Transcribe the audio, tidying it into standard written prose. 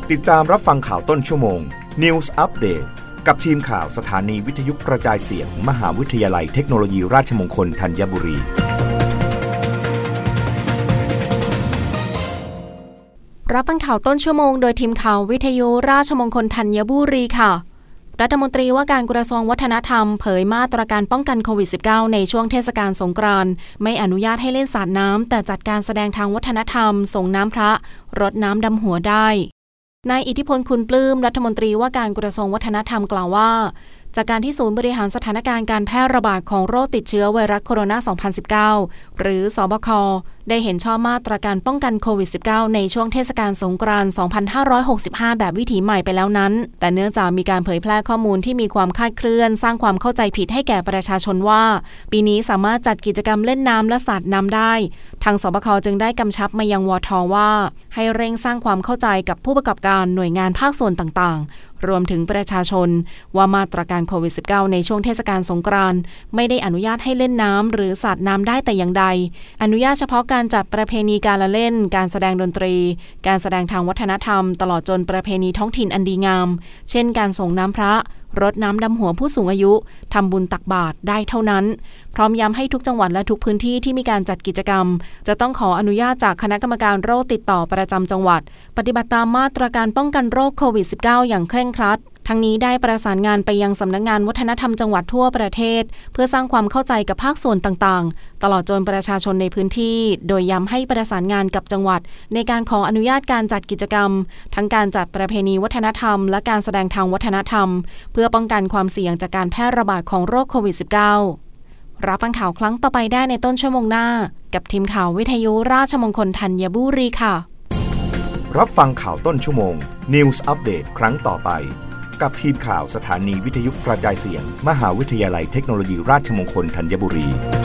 ติดตามรับฟังข่าวต้นชั่วโมง News Update กับทีมข่าวสถานีวิทยุกระจายเสียง มหาวิทยาลัยเทคโนโลยีราชมงคลธัญบุรีรับฟังข่าวต้นชั่วโมงโดยทีมข่าววิทยุราชมงคลธัญบุรีค่ะรัฐมนตรีว่าการกระทรวงวัฒนธรรมเผยมาตรการป้องกันโควิด -19 ในช่วงเทศกาลสงกรานต์ไม่อนุญาตให้เล่นสาดน้ำแต่จัดการแสดงทางวัฒนธรรมส่งน้ำพระรดน้ำดำหัวได้นายอิทธิพลคุณปลื้มรัฐมนตรีว่าการกระทรวงวัฒนธรรมกล่าวว่าจากการที่ศูนย์บริหารสถานการณ์การแพร่ระบาดของโรคติดเชื้อไวรัสโคโรนา 2019 หรือสบคได้เห็นชอบมาตรการป้องกันโควิด -19 ในช่วงเทศกาลสงกรานต์ 2565 แบบวิถีใหม่ไปแล้วนั้นแต่เนื่องจากมีการเผยแพร่ข้อมูลที่มีความคลาดเคลื่อนสร้างความเข้าใจผิดให้แก่ประชาชนว่าปีนี้สามารถจัดกิจกรรมเล่นน้ำและสาดน้ำได้ทางสบคจึงได้กำชับมายังวท.ว่าให้เร่งสร้างความเข้าใจกับผู้ประกอบการหน่วยงานภาคส่วนต่างๆรวมถึงประชาชนว่ามาตรการโควิด -19 ในช่วงเทศกาลสงกรานต์ไม่ได้อนุญาตให้เล่นน้ำหรือสาดน้ำได้แต่อย่างใดอนุญาตเฉพาะการจัดประเพณีการละเล่นการแสดงดนตรีการแสดงทางวัฒนธรรมตลอดจนประเพณีท้องถิ่นอันดีงามเช่นการส่งน้ำพระรดน้ำดำหัวผู้สูงอายุทำบุญตักบาตรได้เท่านั้นพร้อมย้ำให้ทุกจังหวัดและทุกพื้นที่ที่มีการจัดกิจกรรมจะต้องขออนุญาตจากคณะกรรมการโรคติดต่อประจำจังหวัดปฏิบัติตามมาตรการป้องกันโรคโควิด -19 อย่างเคร่งครัดทั้งนี้ได้ประสานงานไปยังสำนักงานวัฒนธรรมจังหวัดทั่วประเทศเพื่อสร้างความเข้าใจกับภาคส่วนต่างๆตลอดจนประชาชนในพื้นที่โดยย้ำให้ประสานงานกับจังหวัดในการขออนุญาตการจัดกิจกรรมทั้งการจัดประเพณีวัฒนธรรมและการแสดงทางวัฒนธรรมเพื่อป้องกันความเสี่ยงจากการแพร่ระบาดของโรคโควิด -19 รับฟังข่าวครั้งต่อไปได้ในต้นชั่วโมงหน้ากับทีมข่าววิทยุราชมงคลธัญบุรีค่ะรับฟังข่าวต้นชั่วโมง News Update ครั้งต่อไปกับทีมข่าวสถานีวิทยุกระจายเสียง มหาวิทยาลัยเทคโนโลยีราชมงคลธัญบุรี